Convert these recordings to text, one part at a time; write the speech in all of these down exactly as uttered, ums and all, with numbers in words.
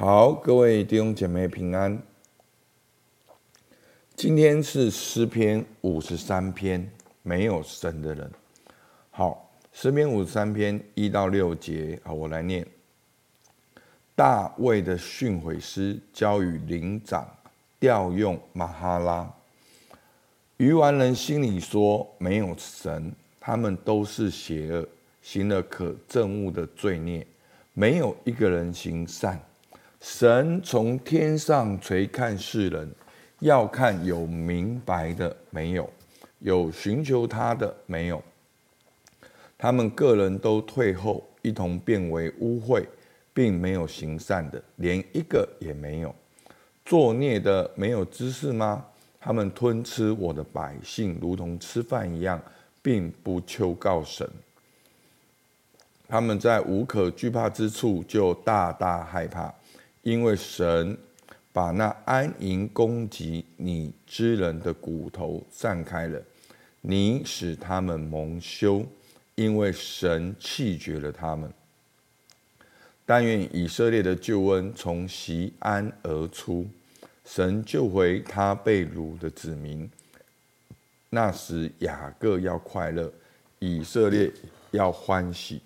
好，各位弟兄姐妹平安。今天是诗篇五十三篇，没有神的人。好，诗篇五十三篇一到六节，好，我来念。大卫的训诲诗交与灵长，调用马哈拉。愚顽人心里说：没有神，他们都是邪恶，行了可憎恶的罪孽，没有一个人行善。神从天上垂看世人，要看有明白的没有，有寻求他的没有。他们个人都退后，一同变为污秽，并没有行善的，连一个也没有。作孽的没有知识吗？他们吞吃我的百姓，如同吃饭一样，并不求告神。他们在无可惧怕之处就大大害怕，因为神把那安营攻击你之人的骨头散开了，你使他们蒙羞，因为神弃绝了他们。但愿以色列的救恩从锡安而出，神救回他被掳的子民。那时雅各要快乐，以色列要欢喜。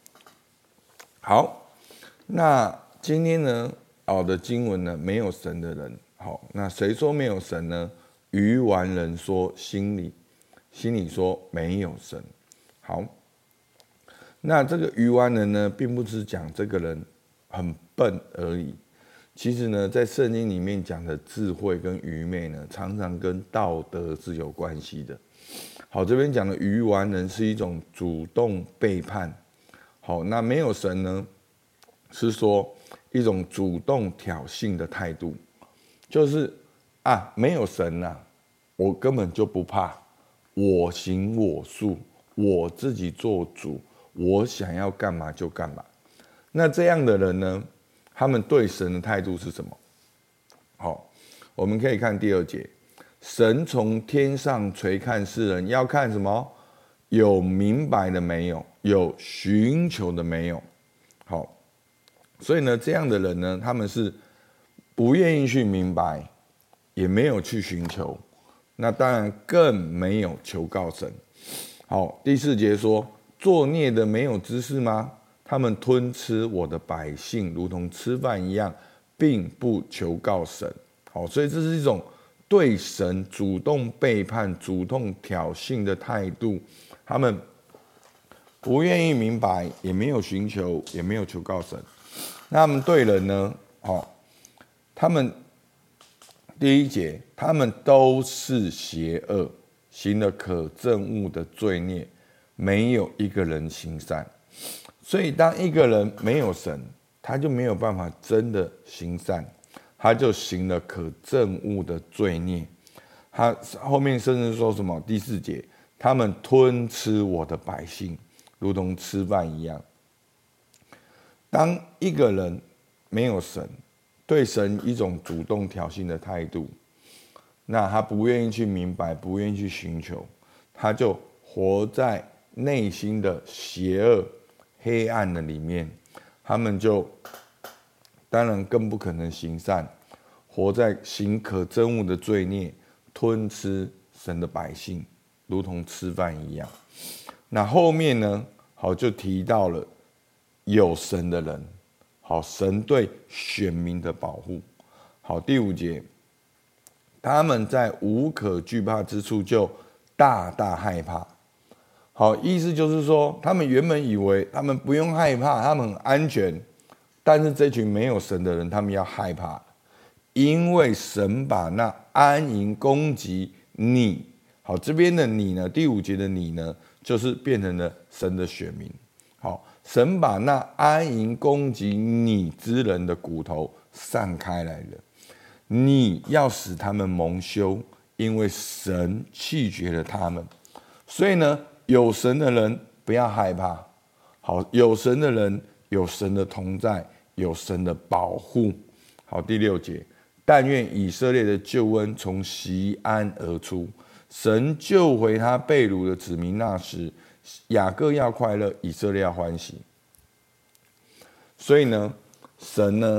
好，那今天呢，好的经文呢，没有神的人。好，那谁说没有神呢？愚顽人说，心里心里说没有神。好，那这个愚顽人呢，并不是讲这个人很笨而已。其实呢，在圣经里面讲的智慧跟愚昧呢，常常跟道德是有关系的。好，这边讲的愚顽人是一种主动背叛。好，那没有神呢，是说一种主动挑衅的态度，就是啊，没有神啊，我根本就不怕，我行我素，我自己做主，我想要干嘛就干嘛。那这样的人呢，他们对神的态度是什么？好，我们可以看第二节，神从天上垂看世人，要看什么？有明白的没有？有寻求的没有？好，所以呢，这样的人呢，他们是不愿意去明白，也没有去寻求，那当然更没有求告神。好，第四节说，作孽的没有知识吗？他们吞吃我的百姓，如同吃饭一样，并不求告神。好，所以这是一种对神主动背叛、主动挑衅的态度。他们不愿意明白，也没有寻求，也没有求告神。那他们对人呢？哦，他们第一节，他们都是邪恶，行了可憎恶的罪孽，没有一个人行善。所以，当一个人没有神，他就没有办法真的行善，他就行了可憎恶的罪孽。他后面甚至说什么？第四节，他们吞吃我的百姓，如同吃饭一样。当一个人没有神，对神一种主动挑衅的态度，那他不愿意去明白，不愿意去寻求，他就活在内心的邪恶、黑暗的里面。他们就当然更不可能行善，活在行可憎恶的罪孽，吞吃神的百姓，如同吃饭一样。那后面呢，好就提到了有神的人，好，神对选民的保护。好，第五节，他们在无可惧怕之处就大大害怕。好，意思就是说，他们原本以为他们不用害怕，他们很安全，但是这群没有神的人，他们要害怕，因为神把那安营攻击你。好，这边的你呢，第五节的你呢，就是变成了神的选民。好，神把那安营攻击你之人的骨头散开来了，你要使他们蒙羞，因为神弃绝了他们。所以呢，有神的人不要害怕。好，有神的人有神的同在，有神的保护。好，第六节，但愿以色列的救恩从锡安而出，神救回他被掳的子民。那时雅各要快乐，以色列要欢喜。所以呢，神呢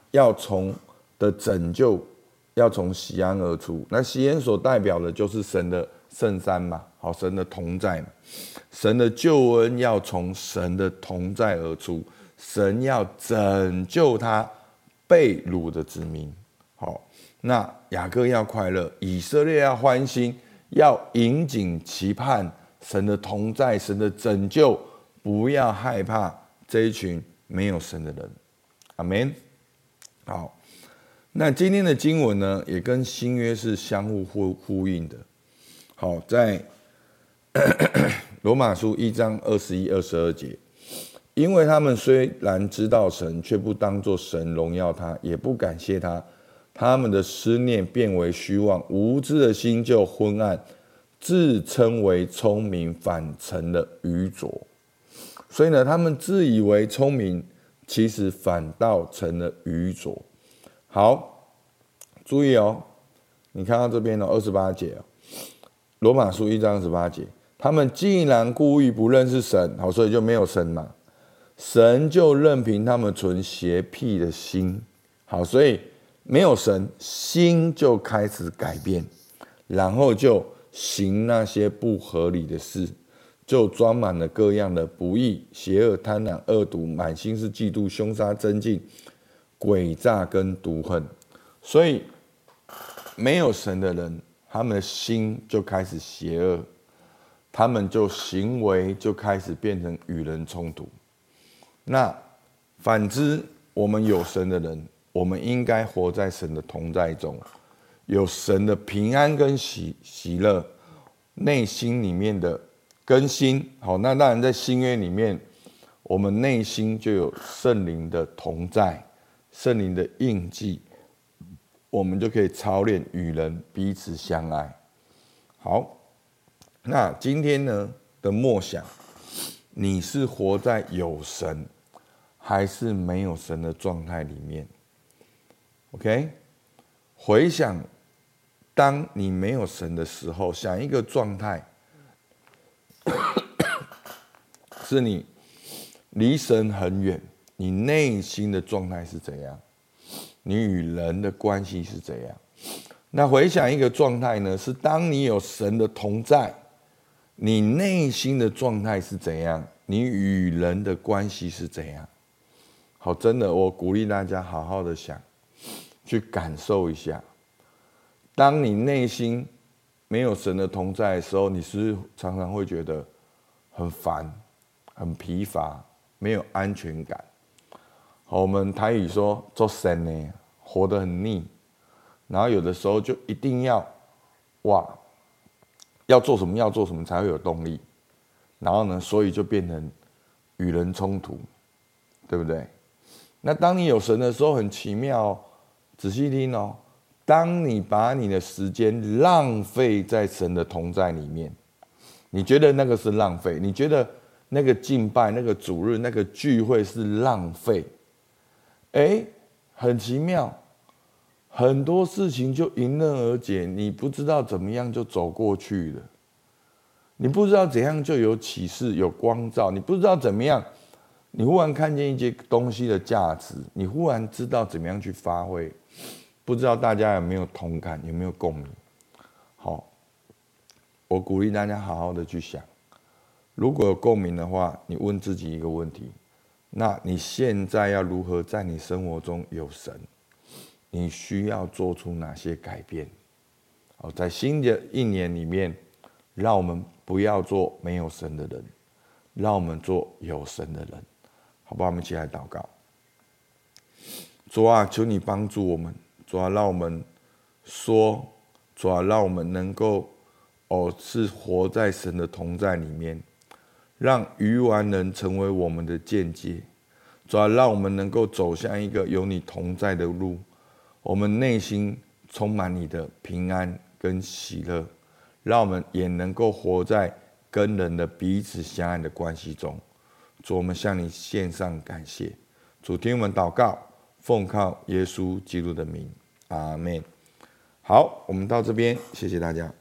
要从的拯救要从西安而出。那西安所代表的就是神的圣山嘛，好，神的同在嘛。神的救恩要从神的同在而出，神要拯救他被掳的子民。好，那雅各要快乐，以色列要欢欣，要引颈期盼神的同在，神的拯救，不要害怕这一群没有神的人。阿们。好，那今天的经文呢，也跟新约是相互呼呼应的。好，在罗马书一章二十一、二十二节，因为他们虽然知道神，却不当作神荣耀他，也不感谢他，他们的思念变为虚妄，无知的心就昏暗，自称为聪明，反成了愚拙。所以呢，他们自以为聪明，其实反倒成了愚拙。好，注意哦，你看到这边哦，二十八节哦，罗马书一章二十八节，他们既然故意不认识神，好，所以就没有神嘛，神就任凭他们存邪僻的心。好，所以没有神，心就开始改变，然后就行那些不合理的事，就装满了各样的不义、邪恶、贪婪、恶毒，满心是嫉妒、凶杀、争竞、诡诈跟毒恨。所以没有神的人，他们的心就开始邪恶，他们就行为就开始变成与人冲突。那反之，我们有神的人，我们应该活在神的同在中，有神的平安跟 喜, 喜乐，内心里面的更新。好，那当然在新约里面，我们内心就有圣灵的同在，圣灵的印记，我们就可以操练与人彼此相爱。好，那今天呢的默想，你是活在有神还是没有神的状态里面？ OK， 回想当你没有神的时候，想一个状态是你离神很远，你内心的状态是怎样，你与人的关系是怎样。那回想一个状态呢，是当你有神的同在，你内心的状态是怎样，你与人的关系是怎样。好，真的我鼓励大家好好的想，去感受一下，当你内心没有神的同在的时候，你是不是常常会觉得很烦、很疲乏、没有安全感？好，我们台语说做神呢，活得很腻，然后有的时候就一定要哇，要做什么要做什么才会有动力，然后呢，所以就变成与人冲突，对不对？那当你有神的时候，很奇妙哦，仔细听哦。当你把你的时间浪费在神的同在里面，你觉得那个是浪费，你觉得那个敬拜、那个主日、那个聚会是浪费，哎，很奇妙，很多事情就迎刃而解，你不知道怎么样就走过去了，你不知道怎样就有启示、有光照，你不知道怎么样，你忽然看见一些东西的价值，你忽然知道怎么样去发挥。不知道大家有没有同感，有没有共鸣？好，我鼓励大家好好的去想，如果有共鸣的话，你问自己一个问题，那你现在要如何在你生活中有神？你需要做出哪些改变？好，在新的一年里面，让我们不要做没有神的人，让我们做有神的人，好不好？我们一起来祷告。主啊，求你帮助我们，主啊，让我们说，主啊，让我们能够哦，是活在神的同在里面，让愚顽人成为我们的见解。主啊，让我们能够走向一个有你同在的路，我们内心充满你的平安跟喜乐，让我们也能够活在跟人的彼此相爱的关系中。主，我们向你献上感谢。主，听我们祷告，奉靠耶稣基督的名，阿们。好，我们到这边，谢谢大家。